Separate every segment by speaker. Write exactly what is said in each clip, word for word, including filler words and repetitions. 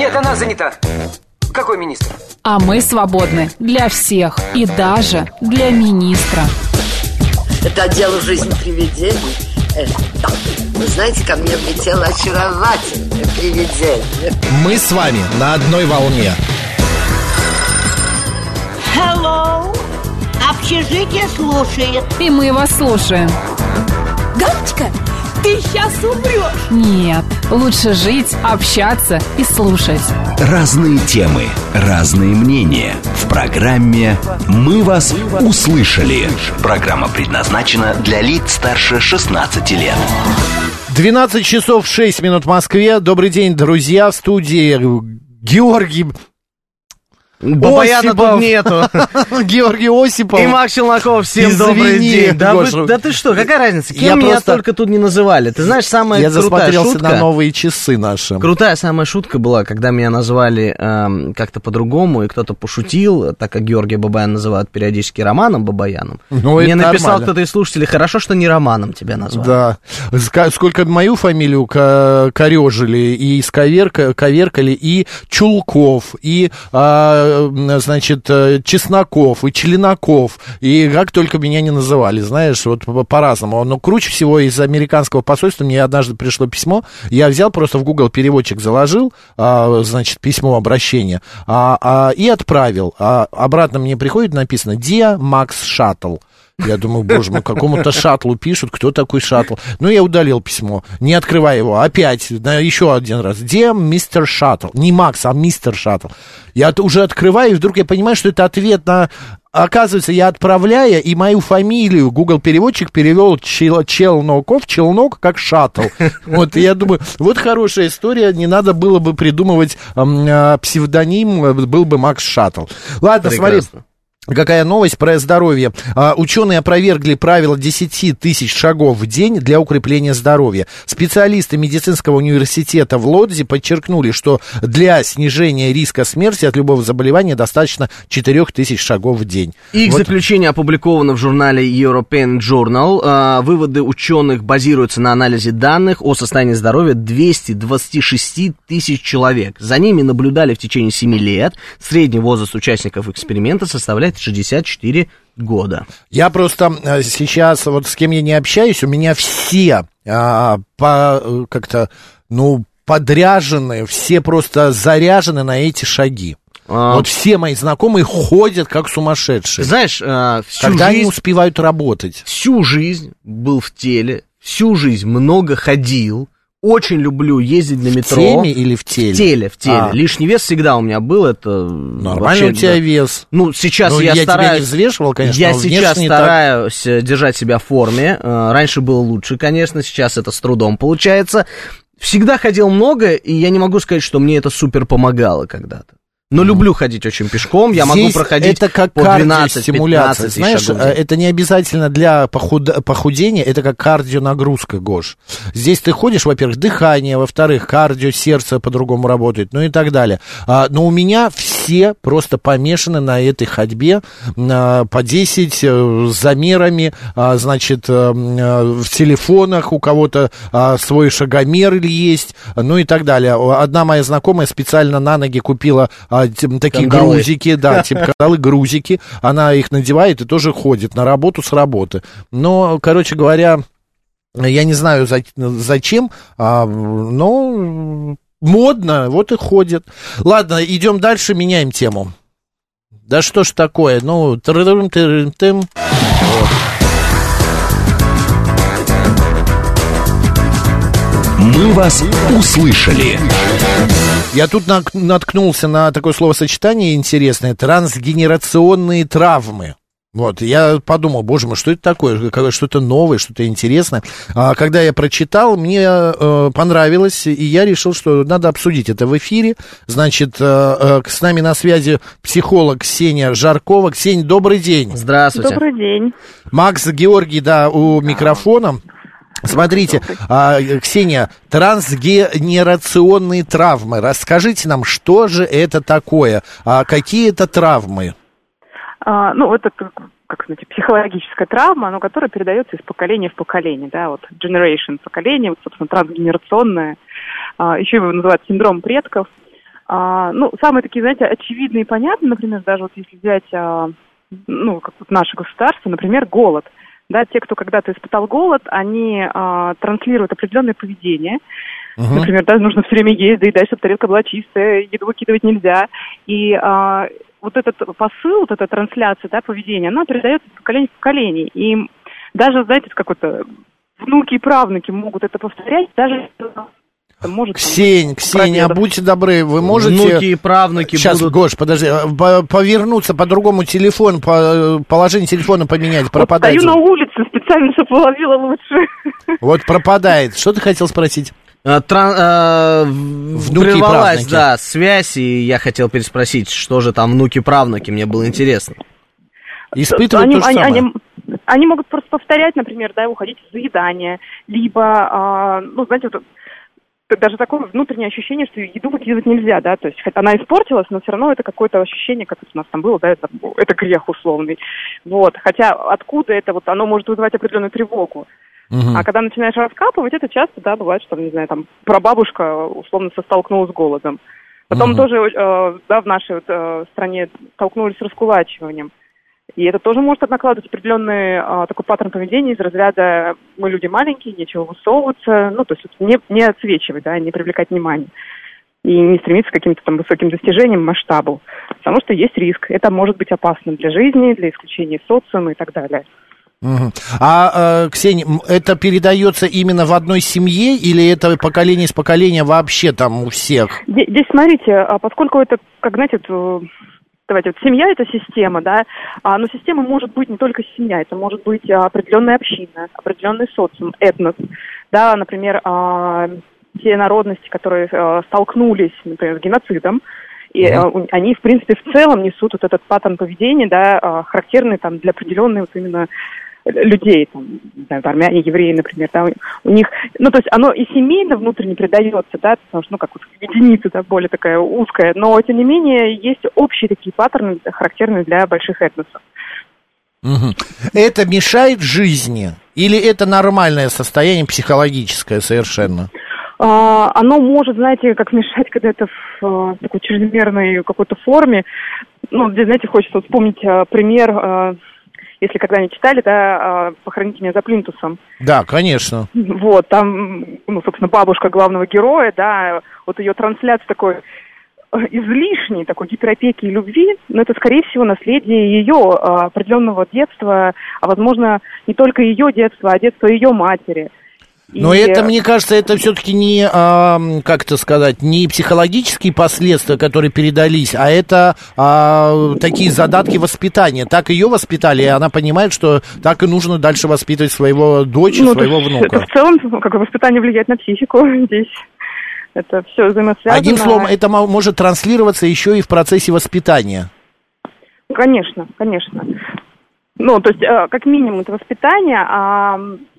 Speaker 1: Нет, она занята. Какой министр?
Speaker 2: А мы свободны для всех и даже для министра.
Speaker 3: Это дело жизни привидений. Э, да. Вы знаете, ко мне влетело очаровательное привидение.
Speaker 4: Мы с вами на одной волне.
Speaker 5: Hello. Общежитие слушает.
Speaker 2: И мы вас слушаем.
Speaker 5: Галочка, ты сейчас умрешь.
Speaker 2: Нет, лучше жить, общаться и слушать.
Speaker 6: Разные темы, разные мнения. В программе «Мы вас услышали». Программа предназначена для лиц старше шестнадцати лет.
Speaker 4: двенадцать часов шесть минут в Москве. Добрый день, друзья. В студии Георгий
Speaker 7: Бабаяна тут нету.
Speaker 4: Георгий Осипов.
Speaker 7: И Макс Челноков. Всем
Speaker 4: Извини,
Speaker 7: добрый день. Да,
Speaker 4: Гоша.
Speaker 7: вы, да ты что, какая разница? Кем
Speaker 4: Я
Speaker 7: меня
Speaker 4: просто-
Speaker 7: только тут не называли. Ты знаешь, самая
Speaker 4: Я
Speaker 7: крутая
Speaker 4: засмотрелся
Speaker 7: шутка...
Speaker 4: на новые часы наши.
Speaker 7: Крутая самая шутка была, когда меня назвали эм, как-то по-другому, и кто-то пошутил, так как Георгия Бабаяна называют периодически Романом Бабаяном.
Speaker 4: Ну,
Speaker 7: Мне
Speaker 4: это
Speaker 7: написал
Speaker 4: нормально.
Speaker 7: кто-то из слушателей: хорошо, что не Романом тебя назвали.
Speaker 4: Да. Ска- Сколько мою фамилию ко- корежили и сковерка- коверкали, и Чулков, и, а, значит, э, Чесноков, и Членоков, и как только меня не называли, знаешь, вот по- по-разному. Но круче всего из американского посольства мне однажды пришло письмо, я взял, просто в Google переводчик заложил, а, значит, письмо обращения, а, а, и отправил. А обратно мне приходит, написано «Dear Max Shuttle». Я думаю, боже мой, какому-то шаттлу пишут, кто такой шаттл? Ну, я удалил письмо, не открывая его. Опять, да, еще один раз. Где мистер Шаттл? Не Макс, а мистер Шаттл. Я уже открываю, и вдруг я понимаю, что это ответ на... Оказывается, я отправляя, и мою фамилию Google переводчик перевел Чел, Челноков, Челнок, как шаттл. Вот, я думаю, вот хорошая история, не надо было бы придумывать эм, псевдоним, был бы Макс Шаттл. Ладно,
Speaker 7: Прекрасно.
Speaker 4: смотри. Какая новость про здоровье. А, ученые опровергли правило десять тысяч шагов в день для укрепления здоровья. Специалисты медицинского университета в Лодзи подчеркнули, что для снижения риска смерти от любого заболевания достаточно четыре тысячи шагов в день.
Speaker 7: Их
Speaker 4: Вот.
Speaker 7: заключение опубликовано в журнале European Journal. А, выводы ученых базируются на анализе данных о состоянии здоровья двухсот двадцати шести тысяч человек. За ними наблюдали в течение семи лет. Средний возраст участников эксперимента составляет шестьдесят четыре года.
Speaker 4: Я просто а, сейчас, вот с кем я не общаюсь, у меня все а, по, как-то, ну, подряжены, все просто заряжены на эти шаги.
Speaker 7: А,
Speaker 4: Вот все мои знакомые ходят как сумасшедшие.
Speaker 7: Знаешь, а, всю
Speaker 4: Когда они
Speaker 7: жизнь,
Speaker 4: успевают работать?
Speaker 7: всю жизнь был в теле, всю жизнь много ходил. Очень люблю ездить на
Speaker 4: В
Speaker 7: метро.
Speaker 4: теме или в теле?
Speaker 7: В теле, в теле.
Speaker 4: А.
Speaker 7: Лишний вес всегда у меня был, это...
Speaker 4: Нормально
Speaker 7: вообще,
Speaker 4: у тебя
Speaker 7: да.
Speaker 4: вес.
Speaker 7: Ну, сейчас
Speaker 4: Ну,
Speaker 7: я,
Speaker 4: я
Speaker 7: стараюсь...
Speaker 4: тебя не взвешивал, конечно,
Speaker 7: Я
Speaker 4: но
Speaker 7: сейчас
Speaker 4: внешне так.
Speaker 7: стараюсь э, держать себя в форме. Э, Раньше было лучше, конечно, сейчас это с трудом получается. Всегда ходил много, и я не могу сказать, что мне это супер помогало когда-то. Но люблю ходить очень пешком, я могу
Speaker 4: Здесь
Speaker 7: проходить
Speaker 4: это как
Speaker 7: по
Speaker 4: кардиостимуляция.
Speaker 7: двенадцать-пятнадцать
Speaker 4: Знаешь,
Speaker 7: шагов в день.
Speaker 4: это не обязательно для похуд... похудения, это как кардионагрузка, Гош. Здесь ты ходишь, во-первых, дыхание, во-вторых, кардио, сердце по-другому работает, ну и так далее. А, но у меня все просто помешаны на этой ходьбе, а, по десять, а, с замерами, а, значит, а, в телефонах у кого-то а, свой шагомер есть, ну и так далее. Одна моя знакомая специально на ноги купила а, тем- такие
Speaker 7: Кандалы.
Speaker 4: грузики, да, типа кандалы, грузики, она их надевает и тоже ходит на работу с работы. Но, короче говоря, я не знаю за- зачем, а, но модно, вот и ходит. Ладно, идем дальше, меняем тему. Да что ж такое, ну, трым-трым-трым.
Speaker 6: Мы вас услышали.
Speaker 4: Я тут нак- наткнулся на такое словосочетание интересное: трансгенерационные травмы. Вот, я подумал, боже мой, что это такое, Какое- что-то новое, что-то интересное. А когда я прочитал, мне э, понравилось, и я решил, что надо обсудить это в эфире. Значит, э, э, с нами на связи психолог Ксения Жаркова. Ксения, добрый день.
Speaker 7: Здравствуйте.
Speaker 8: Добрый день.
Speaker 4: Макс Георгий, да, у микрофона. Смотрите, а, Ксения, трансгенерационные травмы. Расскажите нам, что же это такое? А какие это травмы?
Speaker 8: А, ну, это, как, как знаете, психологическая травма, но которая передается из поколения в поколение, да, вот generation поколение, вот, собственно, трансгенерационное. А, еще его называют синдром предков. А, ну, самые такие, знаете, очевидные и понятные, например, даже вот если взять, а, ну, как вот наше государство, например, голод. Да, те, кто когда-то испытал голод, они а, транслируют определенное поведение. Uh-huh. Например, да, нужно все время есть, доедать, чтобы тарелка была чистая, еду выкидывать нельзя. И а, вот этот посыл, вот эта трансляция, да, поведения, она передается из поколения в поколение. И даже, знаете, как-то внуки и правнуки могут это повторять, даже... Может,
Speaker 4: Ксень, Ксения, а будьте добры, вы можете...
Speaker 7: Внуки и правнуки
Speaker 4: Сейчас,
Speaker 7: будут...
Speaker 4: Гош, подожди, повернуться по другому телефону, по положение телефона поменять,
Speaker 8: вот
Speaker 4: пропадает.
Speaker 8: Стою на улице специально, чтобы уловила лучше.
Speaker 4: Вот пропадает. Что ты хотел спросить?
Speaker 7: А, тран, а,
Speaker 4: внуки
Speaker 7: прервалась,
Speaker 4: и правнуки.
Speaker 7: Да, связь, и я хотел переспросить, что же там внуки-правнуки, мне было интересно.
Speaker 4: Испытывают
Speaker 8: они,
Speaker 4: то же
Speaker 8: они,
Speaker 4: самое.
Speaker 8: они, они могут просто повторять, например, да, уходить в заедание, либо, а, ну, знаете, вот... Даже такое внутреннее ощущение, что еду выкидывать нельзя, да, то есть хоть она испортилась, но все равно это какое-то ощущение, как у нас там было, да, это, это грех условный, вот, хотя откуда это, вот, оно может вызывать определенную тревогу, uh-huh. А когда начинаешь раскапывать, это часто, да, бывает, что, не знаю, там, прабабушка условно столкнулась с голодом, потом uh-huh. тоже, э, да, в нашей вот, э, стране столкнулись с раскулачиванием. И это тоже может накладывать определенный а, такой паттерн поведения из разряда «мы люди маленькие, нечего высовываться», ну, то есть не, не отсвечивать, да, не привлекать внимание. И не стремиться к каким-то там высоким достижениям, масштабу. Потому что есть риск. Это может быть опасно для жизни, для исключения из социума и так далее.
Speaker 4: Угу. А, э, Ксения, это передается именно в одной семье или это поколение с поколения вообще там у всех?
Speaker 8: Здесь, смотрите, поскольку это, как, знаете, давайте, вот семья – это система, да, но система может быть не только семья, это может быть определенная община, определенный социум, этнос, да, например, те народности, которые столкнулись, например, с геноцидом, и mm-hmm. они, в принципе, в целом несут вот этот паттерн поведения, да, характерный там для определенной вот именно людей, там, не знаю, армяне, евреи, например, да, у них, ну, то есть оно и семейно внутренне передается, да, потому что, ну, как вот единица, да, более такая узкая, но, тем не менее, есть общие такие паттерны, характерные для больших этносов.
Speaker 4: Угу. Это мешает жизни? Или это нормальное состояние психологическое совершенно?
Speaker 8: А, оно может, знаете, как мешать, когда это в, в такой чрезмерной какой-то форме. Ну, здесь, знаете, хочется вспомнить а, пример... А, если когда-нибудь читали, да, «Похороните меня за плинтусом».
Speaker 4: Да, конечно.
Speaker 8: Вот, там, ну, собственно, бабушка главного героя, да, вот ее трансляция такой излишней, такой гиперопеки и любви, но это, скорее всего, наследие ее определенного детства, а, возможно, не только ее детства, а детства ее матери.
Speaker 4: Но
Speaker 8: и...
Speaker 4: это, мне кажется, это все-таки не, а, как это сказать, не психологические последствия, которые передались, а это а, такие задатки воспитания. Так ее воспитали, и она понимает, что так и нужно дальше воспитывать своего дочь, ну, своего внука.
Speaker 8: Это в целом, как воспитание влияет на психику здесь. Это все взаимосвязано.
Speaker 4: Одним словом, это может транслироваться еще и в процессе воспитания.
Speaker 8: Конечно, конечно. Ну, то есть, как минимум, это воспитание, а...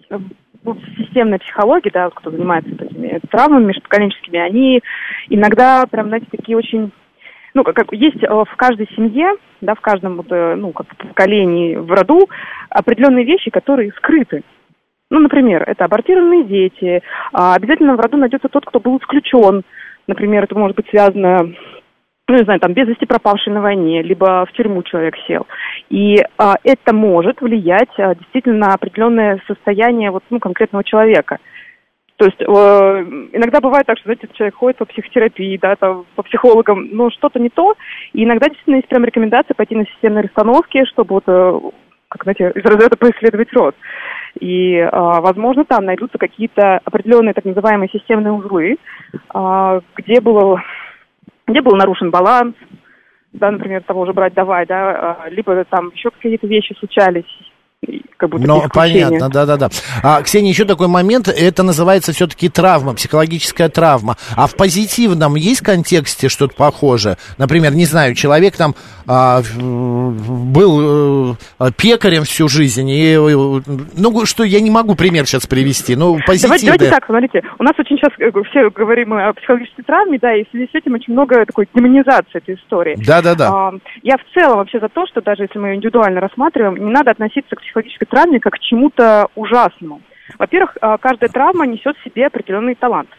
Speaker 8: системная психология, да, кто занимается этими травмами межпоколенческими, они иногда прям, знаете, такие очень, ну, как, как есть в каждой семье, да, в каждом, вот, ну, как поколении, в роду определенные вещи, которые скрыты. Ну, например, это абортированные дети, обязательно в роду найдется тот, кто был исключен, например, это может быть связано... ну, не знаю, там, без вести пропавший на войне, либо в тюрьму человек сел. И а, это может влиять а, действительно на определенное состояние вот, ну, конкретного человека. То есть э, иногда бывает так, что, знаете, человек ходит по психотерапии, да, там, по психологам, но что-то не то. И иногда действительно есть прям рекомендация пойти на системные расстановки, чтобы, вот, э, как, знаете, из разряда поисследовать род. И, э, возможно, там найдутся какие-то определенные так называемые системные узлы, э, где было... где был нарушен баланс, да, например, того же брать-давай, да, либо там еще какие-то вещи случались, как будто
Speaker 4: ну, понятно, да-да-да. А, Ксения, еще такой момент, это называется все-таки травма, психологическая травма. А в позитивном есть контексте что-то похожее? Например, не знаю, человек там а, был а, пекарем всю жизнь, и, ну, что, я не могу пример сейчас привести, ну, позитивно.
Speaker 8: Давайте, давайте так, смотрите, у нас очень сейчас все говорим о психологической травме, да, и в связи с этим очень много такой демонизации этой истории.
Speaker 4: Да-да-да.
Speaker 8: А, я в целом вообще за то, что даже если мы ее индивидуально рассматриваем, не надо относиться к психологической травме как к чему-то ужасному. Во-первых, каждая травма несет в себе определенный талант.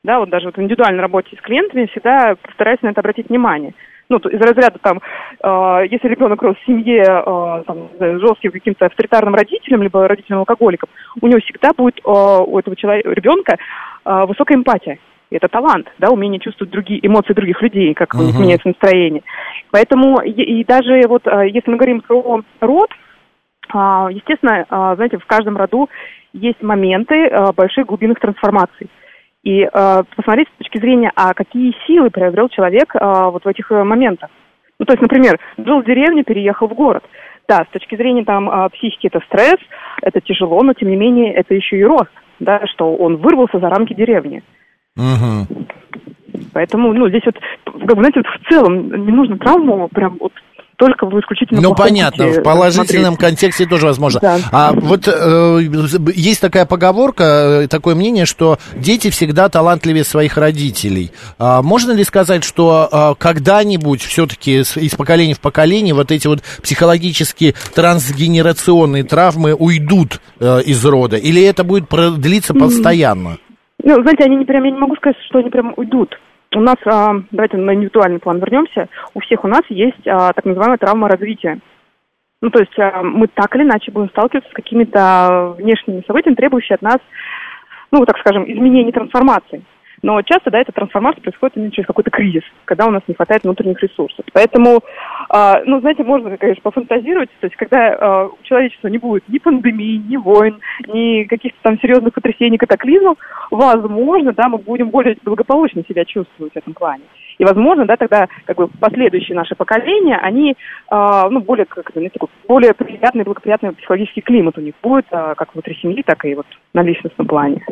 Speaker 8: Да, вот даже вот в индивидуальной работе с клиентами всегда стараюсь на это обратить внимание. Ну, то, из разряда там, э, если ребенок рос в семье э, там, жестким каким-то авторитарным родителем, либо родителем-алкоголиком, у него всегда будет э, у этого человека, ребенка э, высокая эмпатия. И это талант, да, умение чувствовать другие эмоции других людей, как у них меняется настроение. Поэтому и, и даже вот, э, если мы говорим про род, э, естественно, э, знаете, в каждом роду есть моменты э, больших глубинных трансформаций. И э, посмотреть с точки зрения, а какие силы приобрел человек э, вот в этих э, моментах. Ну, то есть, например, жил в деревне, переехал в город. Да, с точки зрения там э, психики это стресс, это тяжело, но тем не менее это еще и рост, да, что он вырвался за рамки деревни.
Speaker 4: Угу.
Speaker 8: Поэтому, ну, здесь вот, как бы, знаете, вот в целом не нужно травму прям вот только в исключительно
Speaker 4: Ну, понятно, в положительном смотреть. Контексте тоже возможно. Да. А вот э, есть такая поговорка, такое мнение, что дети всегда талантливее своих родителей. А можно ли сказать, что а, когда-нибудь все-таки из поколения в поколение вот эти вот психологические трансгенерационные травмы уйдут э, из рода? Или это будет длиться постоянно?
Speaker 8: Ну, знаете, они не прям, я не могу сказать, что они прям уйдут. У нас, а, давайте на индивидуальный план вернемся, у всех у нас есть а, так называемая травма развития. Ну, то есть а, мы так или иначе будем сталкиваться с какими-то внешними событиями, требующими от нас, ну, так скажем, изменений, трансформаций. Но часто, да, эта трансформация происходит именно через какой-то кризис, когда у нас не хватает внутренних ресурсов. Поэтому, э, ну, знаете, можно, конечно, пофантазировать, то есть когда э, у человечества не будет ни пандемии, ни войн, ни каких-то там серьезных потрясений, катаклизмов, возможно, да, мы будем более благополучно себя чувствовать в этом плане. И, возможно, да, тогда как бы последующие наши поколения, они, э, ну, более, как это, такой, более приятный, благоприятный психологический климат у них будет, э, как внутри семьи, так и вот на личностном плане.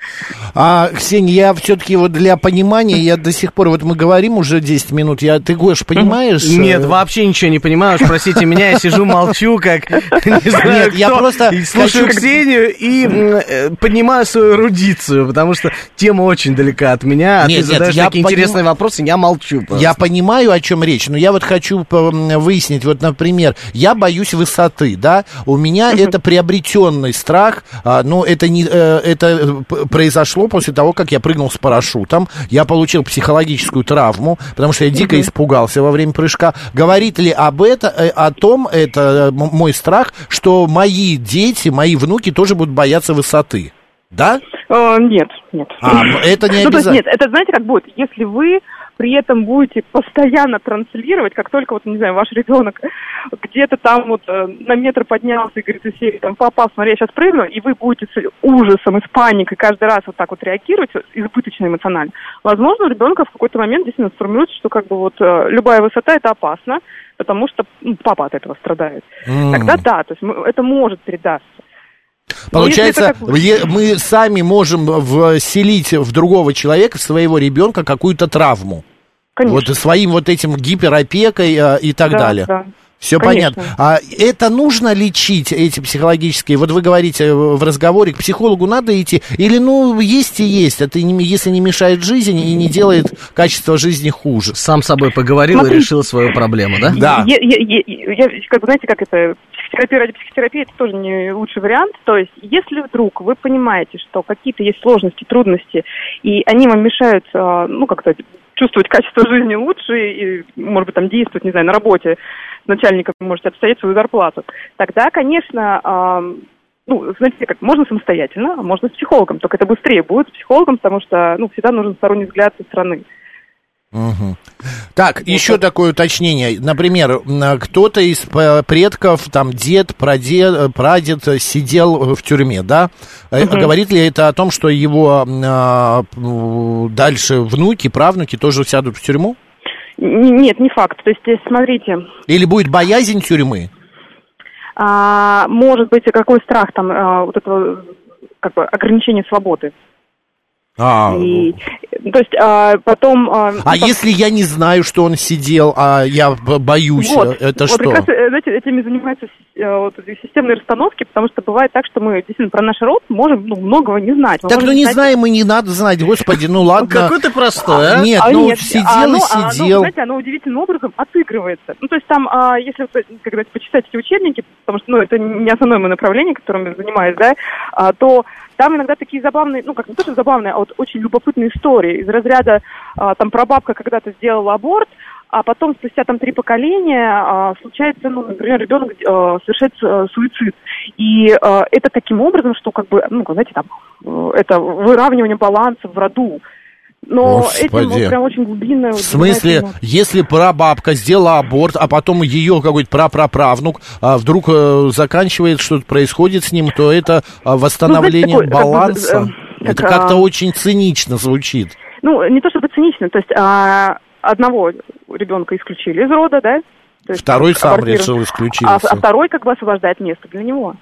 Speaker 4: А, Ксения, я все-таки вот для понимания, я до сих пор, вот мы говорим уже десять минут, я, ты, Гош, понимаешь?
Speaker 7: Нет, вообще ничего не понимаю, спросите меня, я сижу, молчу, как, не знаю,
Speaker 4: Нет, я просто
Speaker 7: слушаю Ксению и э, поднимаю свою эрудицию, потому что тема очень далека от меня, а
Speaker 4: нет,
Speaker 7: ты задаешь
Speaker 4: нет,
Speaker 7: такие
Speaker 4: поним...
Speaker 7: интересные вопросы, я молчу просто.
Speaker 4: Я понимаю, о чем речь, но я вот хочу выяснить, вот, например, я боюсь высоты, да, у меня это приобретенный страх, а, ну, это не, это произошло после того, как я прыгнул с парашютом, я получил психологическую травму, потому что я дико испугался во время прыжка. Говорит ли об этом, о том, это мой страх, что мои дети, мои внуки тоже будут бояться высоты? Да?
Speaker 8: Э, нет, нет.
Speaker 4: А, это не обязательно.
Speaker 8: Ну, то есть, нет, это, знаете, как будет, если вы при этом будете постоянно транслировать, как только, вот, не знаю, ваш ребенок где-то там вот на метр поднялся и говорит, если там, папа, смотри, я сейчас прыгну, и вы будете с ужасом и с паникой каждый раз вот так вот реагировать, избыточно эмоционально, возможно, у ребенка в какой-то момент действительно сформируется, что как бы вот любая высота это опасно, потому что ну, папа от этого страдает. Mm. Тогда да, то есть мы, это может передаться.
Speaker 4: Получается,
Speaker 8: как...
Speaker 4: мы сами можем вселить в другого человека, в своего ребенка, какую-то травму. Конечно. Вот своим вот этим гиперопекой а, и так
Speaker 8: да,
Speaker 4: далее.
Speaker 8: Да.
Speaker 4: Все понятно. А это нужно лечить, эти психологические? Вот вы говорите в разговоре, к психологу надо идти? Или, ну, есть и есть, это не, если не мешает жизни и не делает качество жизни хуже?
Speaker 7: Сам с собой поговорил Смотри. и решил свою проблему, да?
Speaker 4: Да.
Speaker 8: Я, я, я, я, как бы, знаете, как это... Психотерапия ради психотерапии – это тоже не лучший вариант. То есть, если вдруг вы понимаете, что какие-то есть сложности, трудности, и они вам мешают, ну, как-то чувствовать качество жизни лучше и, может быть, там действовать, не знаю, на работе с начальником можете отстоять свою зарплату, тогда, конечно, ну, знаете, как можно самостоятельно, а можно с психологом. Только это быстрее будет с психологом, потому что, ну, всегда нужен сторонний взгляд со стороны.
Speaker 4: Угу. Так, вот еще так. Такое уточнение. Например, кто-то из предков, там, дед, прадед, прадед сидел в тюрьме, да? Угу. Говорит ли это о том, что его а, дальше внуки, правнуки тоже сядут в тюрьму?
Speaker 8: Нет, не факт. То есть, смотрите...
Speaker 4: Или будет боязнь тюрьмы?
Speaker 8: А, может быть, какой страх там, а, вот этого, как бы, ограничения свободы.
Speaker 4: А,
Speaker 8: и, то есть а, потом... А,
Speaker 4: а
Speaker 8: потом...
Speaker 4: если я не знаю, что он сидел, а я боюсь,
Speaker 8: вот,
Speaker 4: это
Speaker 8: вот
Speaker 4: что?
Speaker 8: Вот как раз, знаете, этими занимаются вот, системные расстановки, потому что бывает так, что мы действительно про наш род можем ну, многого не знать. Мы
Speaker 4: так, ну не
Speaker 8: знать...
Speaker 4: знаем и не надо знать, господи, ну ладно.
Speaker 7: Какой ты простой, а?
Speaker 4: Нет,
Speaker 8: а,
Speaker 4: ну
Speaker 8: нет,
Speaker 4: сидел
Speaker 8: оно,
Speaker 4: и сидел.
Speaker 8: Оно, знаете, оно удивительным образом отыгрывается. Ну, то есть там, а, если когда почитать эти учебники, потому что, ну, это не основное мое направление, которым я занимаюсь, да, а, то там иногда такие забавные, ну, как не то, что забавные, а вот очень любопытные истории. Из разряда, а, там, прабабка когда-то сделала аборт, а потом спустя там три поколения а, случается, ну, например, ребенок а, совершает а, суицид. И а, это таким образом, что, как бы, ну, знаете, там, это выравнивание баланса в роду. Но
Speaker 4: Господи.
Speaker 8: этим вот прям очень глубинно...
Speaker 4: В смысле, вот, если прабабка сделала аборт, а потом ее какой-то прапраправнук а вдруг а, заканчивает, что-то происходит с ним, то это а, восстановление ну, знаете, такой, баланса. Как бы, э, это как, как-то а... очень цинично звучит.
Speaker 8: Ну, не то чтобы цинично, то есть а, одного ребенка исключили из рода, да? То есть,
Speaker 4: второй сам решил исключиться.
Speaker 8: А, а второй как бы освобождает место для него.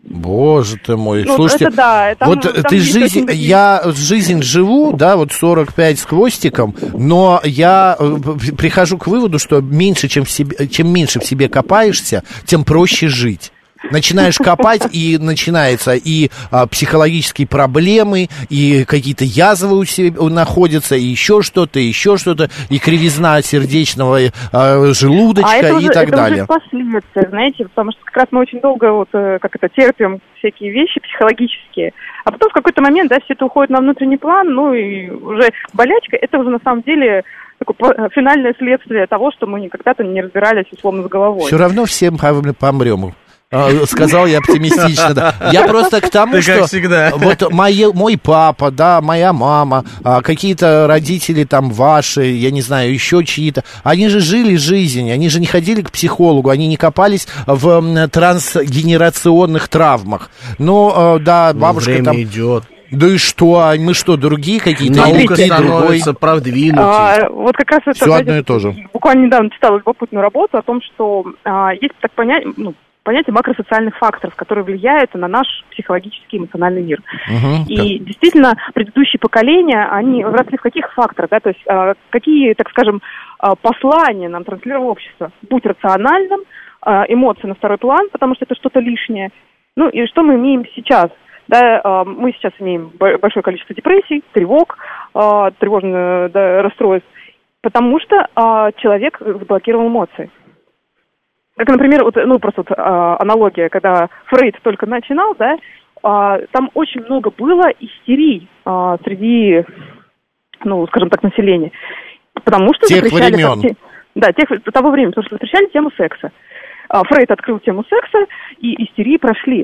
Speaker 4: Боже ты мой,
Speaker 8: ну,
Speaker 4: слушайте,
Speaker 8: это да, там,
Speaker 4: вот
Speaker 8: там
Speaker 4: ты жизнь, очень... я жизнь живу, да, вот сорок пять с хвостиком, но я прихожу к выводу, что меньше, чем, в себе, чем меньше в себе копаешься, тем проще жить. Начинаешь копать, и начинаются и а, психологические проблемы, и какие-то язвы у себя находятся, и еще что-то, и еще что-то, и кривизна сердечного а, желудочка,
Speaker 8: а это
Speaker 4: и
Speaker 8: уже,
Speaker 4: так
Speaker 8: это
Speaker 4: далее.
Speaker 8: Это уже последствия, знаете, потому что как раз мы очень долго вот, как это, терпим всякие вещи психологические, а потом в какой-то момент, да, все это уходит на внутренний план, ну и уже болячка, это уже на самом деле... такое финальное следствие того, что мы никогда-то не разбирались условно с головой.
Speaker 4: Все равно всем помрем. Сказал я оптимистично, да. Я просто к тому,
Speaker 7: Ты,
Speaker 4: что вот мои, мой папа, да, моя мама, какие-то родители там ваши, я не знаю, еще чьи-то, они же жили жизнь, они же не ходили к психологу, они не копались в трансгенерационных травмах. Ну, да, бабушка
Speaker 7: время
Speaker 4: там...
Speaker 7: идет.
Speaker 4: Да и что? Мы что, другие какие-то?
Speaker 7: Наука становится продвинутой.
Speaker 8: А, вот как раз это...
Speaker 4: Все одно и то же.
Speaker 8: Буквально недавно читала любопытную работу о том, что а, есть так понять... Ну, понятие макросоциальных факторов, которые влияют на наш психологический эмоциональный мир. Uh-huh. И так. Действительно, предыдущие поколения, они росли в каких факторах, да, то есть э, какие, так скажем, э, послания нам транслировало общество. Будь рациональным, э, эмоции на второй план, потому что это что-то лишнее. Ну и что мы имеем сейчас? Да, э, мы сейчас имеем большое количество депрессий, тревог, э, тревожных да, расстройств, потому что э, человек заблокировал эмоции. Как, например, вот, ну, просто вот, а, аналогия, когда Фрейд только начинал, да, а, там очень много было истерий а, среди, ну, скажем так, населения. Потому что
Speaker 4: тех
Speaker 8: запрещали...
Speaker 4: времен.
Speaker 8: Те, да, тех, того времени, потому что запрещали тему секса. А, Фрейд открыл тему секса, и истерии прошли.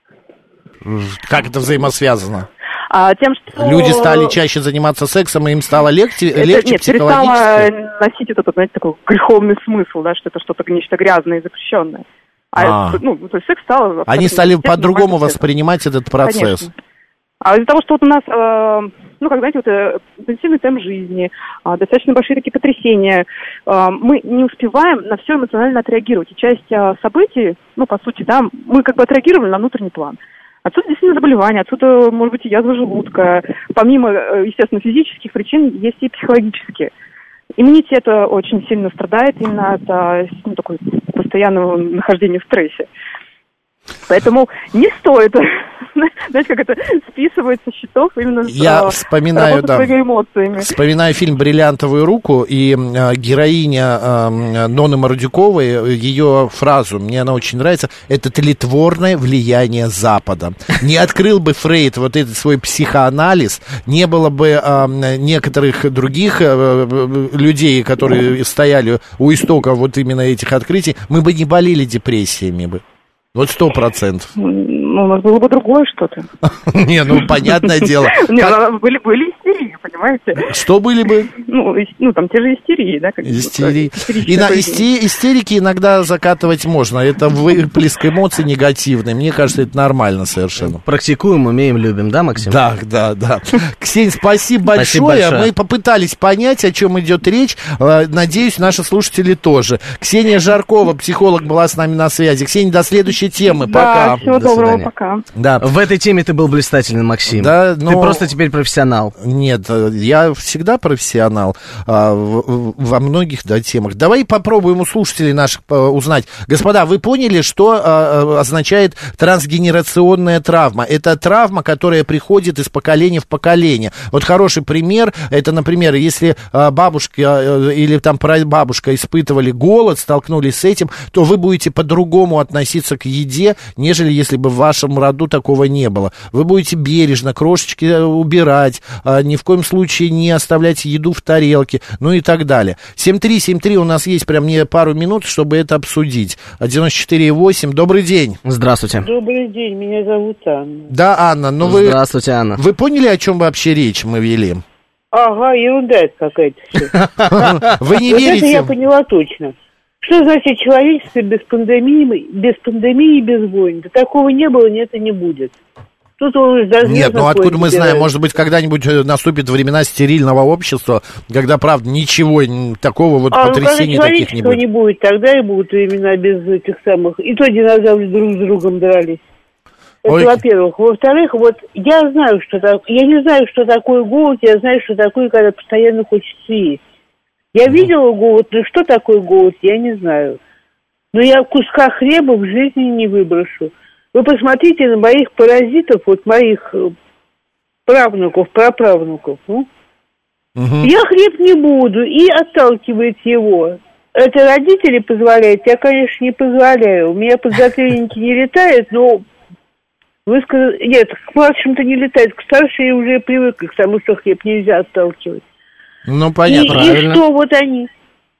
Speaker 4: Как это взаимосвязано?
Speaker 8: А, тем, что...
Speaker 4: Люди стали чаще заниматься сексом, и им стало легче,
Speaker 8: это,
Speaker 4: легче
Speaker 8: нет,
Speaker 4: психологически?
Speaker 8: Перестало носить этот, знаете, такой греховный смысл, да, что это что-то нечто грязное и запрещенное. А,
Speaker 4: а.
Speaker 8: Это, ну, то есть секс стал...
Speaker 4: Они стали по-другому воспринимать этот процесс.
Speaker 8: Конечно. А из-за того, что вот у нас, э, ну, как знаете, вот, э, интенсивный темп жизни, э, достаточно большие такие потрясения, э, мы не успеваем на все эмоционально отреагировать. И часть э, событий, ну, по сути, да, мы как бы отреагировали на внутренний план. Отсюда действительно заболевания, отсюда, может быть, и язва желудка. Помимо, естественно, физических причин, есть и психологические. Иммунитет очень сильно страдает именно от ну, такой постоянного нахождения в стрессе. Поэтому не стоит, знаете, как это списывать со счетов именно
Speaker 4: Я
Speaker 8: с
Speaker 4: вспоминаю, да,
Speaker 8: своими эмоциями.
Speaker 4: Вспоминаю фильм «Бриллиантовую руку», и э, героиня э, Ноны Мордюковой, ее фразу, мне она очень нравится, это тлетворное влияние Запада. Не открыл бы Фрейд вот этот свой психоанализ, не было бы э, некоторых других э, людей, которые стояли у истока вот именно этих открытий, мы бы не болели депрессиями бы. Вот сто процентов.
Speaker 8: Ну, у нас было бы другое что-то.
Speaker 4: Не, ну, понятное дело.
Speaker 8: Нет, были были истерии, понимаете?
Speaker 4: Что были бы?
Speaker 8: Ну, ну там те же истерии, да?
Speaker 4: Истерии. И на истерики иногда закатывать можно. Это выплеск эмоций негативный. Мне кажется, это нормально совершенно.
Speaker 7: Практикуем, умеем, любим, да, Максим?
Speaker 4: Да, да, да. Ксения, спасибо большое. Мы попытались понять, о чем идет речь. Надеюсь, наши слушатели тоже. Ксения Жаркова, психолог, была с нами на связи. Ксения, до следующей темы. Пока.
Speaker 8: Да, всего доброго, пока.
Speaker 7: Да. В этой теме ты был блистательный, Максим.
Speaker 4: Да, но...
Speaker 7: Ты просто теперь профессионал.
Speaker 4: Нет, я всегда профессионал. профессионал а, в, во многих, да, темах. Давай попробуем у слушателей наших а, узнать. Господа, вы поняли, что а, означает трансгенерационная травма? Это травма, которая приходит из поколения в поколение. Вот хороший пример, это, например, если а, бабушка а, или там прабабушка испытывали голод, столкнулись с этим, то вы будете по-другому относиться к еде, нежели если бы в вашем роду такого не было. Вы будете бережно крошечки убирать, а, ни в коем случае не оставлять еду в тарелке, ну и так далее. семь три семь три у нас есть прям не пару минут, чтобы это обсудить. девяносто четыре восемь. Добрый день.
Speaker 7: Здравствуйте.
Speaker 9: Добрый день, меня зовут Анна.
Speaker 4: Да, Анна, но вы...
Speaker 7: Здравствуйте, Анна.
Speaker 4: Вы поняли, о чем вообще речь мы вели?
Speaker 9: Ага, ерунда это какая-то.
Speaker 4: Вы не
Speaker 9: вот
Speaker 4: верите?
Speaker 9: Это я поняла точно. Что значит человечество без пандемии, без пандемии и без войн? Да такого не было, нет и не будет. Тут он уже даже
Speaker 4: Нет, ну откуда мы знаем, может быть, когда-нибудь наступит времена стерильного общества, когда, правда, ничего такого вот
Speaker 9: а,
Speaker 4: потрясений
Speaker 9: ну,
Speaker 4: таких не будет.
Speaker 9: не будет, тогда и будут времена без этих самых. И то динозавры друг с другом дрались. Это,
Speaker 4: Ой.
Speaker 9: во-первых. Во-вторых, вот я знаю, что так, я не знаю, что такое голод, я знаю, что такое, когда постоянно хочется есть. Я видела голод, но что такое голод, я не знаю. Но я куска хлеба в жизни не выброшу. Вы посмотрите на моих паразитов, вот моих правнуков, праправнуков. Ну? Угу. Я хлеб не буду, и отталкивает его. Это родители позволяют, я, конечно, не позволяю. У меня подзатыльники не летают, но вы сказали, нет, к младшим-то не летает, к старшим уже привыкли к тому, что хлеб нельзя отталкивать.
Speaker 4: Ну, понятно,
Speaker 9: и, и что вот они?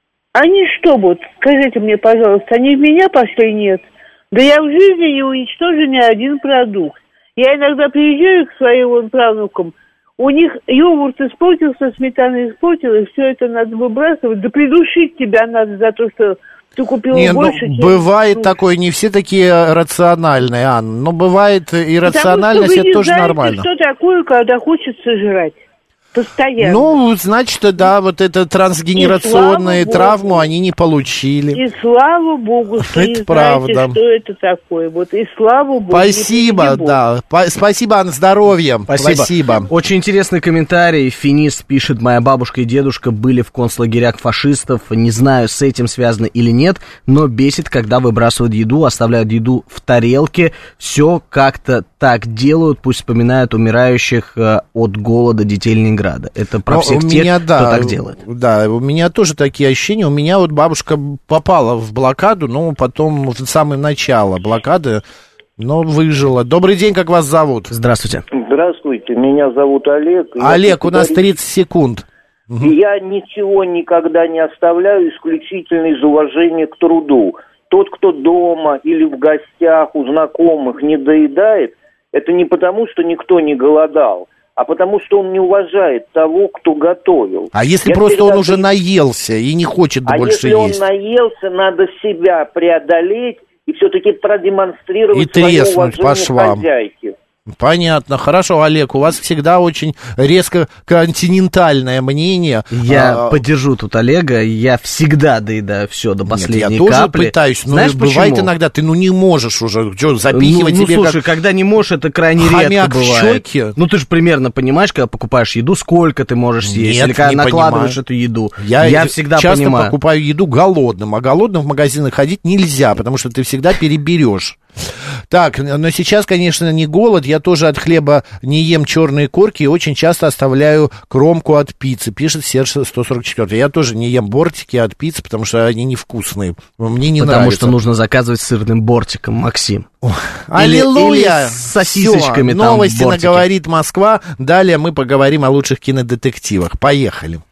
Speaker 9: Они что вот, скажите мне, пожалуйста, они в меня пошли, нет? Да я в жизни не уничтожу ни один продукт. Я иногда приезжаю к своим вон правнукам, у них йогурт испортился, сметана испортилась, все это надо выбрасывать, да придушить тебя надо за то, что ты купил
Speaker 4: не,
Speaker 9: больше.
Speaker 4: Ну, бывает такое, не все такие рациональные, Анна, но бывает иррациональность, это тоже
Speaker 9: знаете,
Speaker 4: нормально.
Speaker 9: Что такое, когда хочется жрать? Постоянно.
Speaker 4: Ну, значит, да, вот эту трансгенерационную травму Богу. Они не получили.
Speaker 9: И слава Богу, что
Speaker 4: это
Speaker 9: не
Speaker 4: правда.
Speaker 9: знаете, что это такое. Вот и слава Богу.
Speaker 4: Спасибо, да. По- спасибо, Анна, здоровья.
Speaker 7: Спасибо.
Speaker 4: Спасибо.
Speaker 7: Очень интересный комментарий. Финист пишет: моя бабушка и дедушка были в концлагерях фашистов. Не знаю, с этим связано или нет, но бесит, когда выбрасывают еду, оставляют еду в тарелке. Все как-то так делают, пусть вспоминают умирающих э, от голода детей Ленинграда. Это про Но всех тех,
Speaker 4: меня, да,
Speaker 7: кто так делает.
Speaker 4: Да, у меня тоже такие ощущения. У меня вот бабушка попала в блокаду, но потом в самое начало блокады, но выжила. Добрый день, как вас зовут?
Speaker 7: Здравствуйте.
Speaker 10: Здравствуйте, меня зовут Олег.
Speaker 4: Олег, у нас тридцать секунд.
Speaker 10: И я ничего никогда не оставляю исключительно из уважения к труду. Тот, кто дома или в гостях у знакомых не доедает, это не потому, что никто не голодал, а потому что он не уважает того, кто готовил.
Speaker 4: А если
Speaker 10: Я
Speaker 4: просто
Speaker 10: всегда...
Speaker 4: он уже наелся и не хочет
Speaker 10: а
Speaker 4: больше
Speaker 10: если
Speaker 4: есть?
Speaker 10: он наелся, надо себя преодолеть и все-таки продемонстрировать
Speaker 4: и
Speaker 10: свое
Speaker 4: треснуть
Speaker 10: уважение
Speaker 4: по швам.
Speaker 10: хозяйке.
Speaker 4: Понятно. Хорошо, Олег, у вас всегда очень резко континентальное мнение.
Speaker 7: Я
Speaker 4: а...
Speaker 7: поддержу тут Олега, я всегда доедаю все до последней капли.
Speaker 4: Нет, я тоже капли. пытаюсь, но
Speaker 7: Знаешь,
Speaker 4: бывает
Speaker 7: почему?
Speaker 4: иногда, ты ну не можешь уже что, запихивать
Speaker 7: ну, ну,
Speaker 4: себе
Speaker 7: слушай,
Speaker 4: как...
Speaker 7: когда не можешь, это крайне
Speaker 4: хомяк
Speaker 7: редко бывает.
Speaker 4: в щеки.
Speaker 7: Ну, ты же примерно понимаешь, когда покупаешь еду, сколько ты можешь съесть,
Speaker 4: Нет,
Speaker 7: или когда
Speaker 4: не
Speaker 7: накладываешь
Speaker 4: понимаю.
Speaker 7: эту еду.
Speaker 4: Я,
Speaker 7: я всегда
Speaker 4: часто
Speaker 7: понимаю.
Speaker 4: покупаю еду голодным, а голодным в магазины ходить нельзя, потому что ты всегда переберешь. Так, но сейчас, конечно, не голод, я тоже от хлеба не ем черные корки и очень часто оставляю кромку от пиццы, пишет Серж сто сорок четыре. Я тоже не ем бортики от пиццы, потому что они невкусные, мне не
Speaker 7: потому
Speaker 4: нравится.
Speaker 7: Потому что нужно заказывать сырным бортиком, Максим.
Speaker 4: Аллилуйя!
Speaker 7: Или с сосисочками.
Speaker 4: Всё,
Speaker 7: там
Speaker 4: новости
Speaker 7: бортики.
Speaker 4: наговорит Москва. Далее мы поговорим о лучших кинодетективах. Поехали.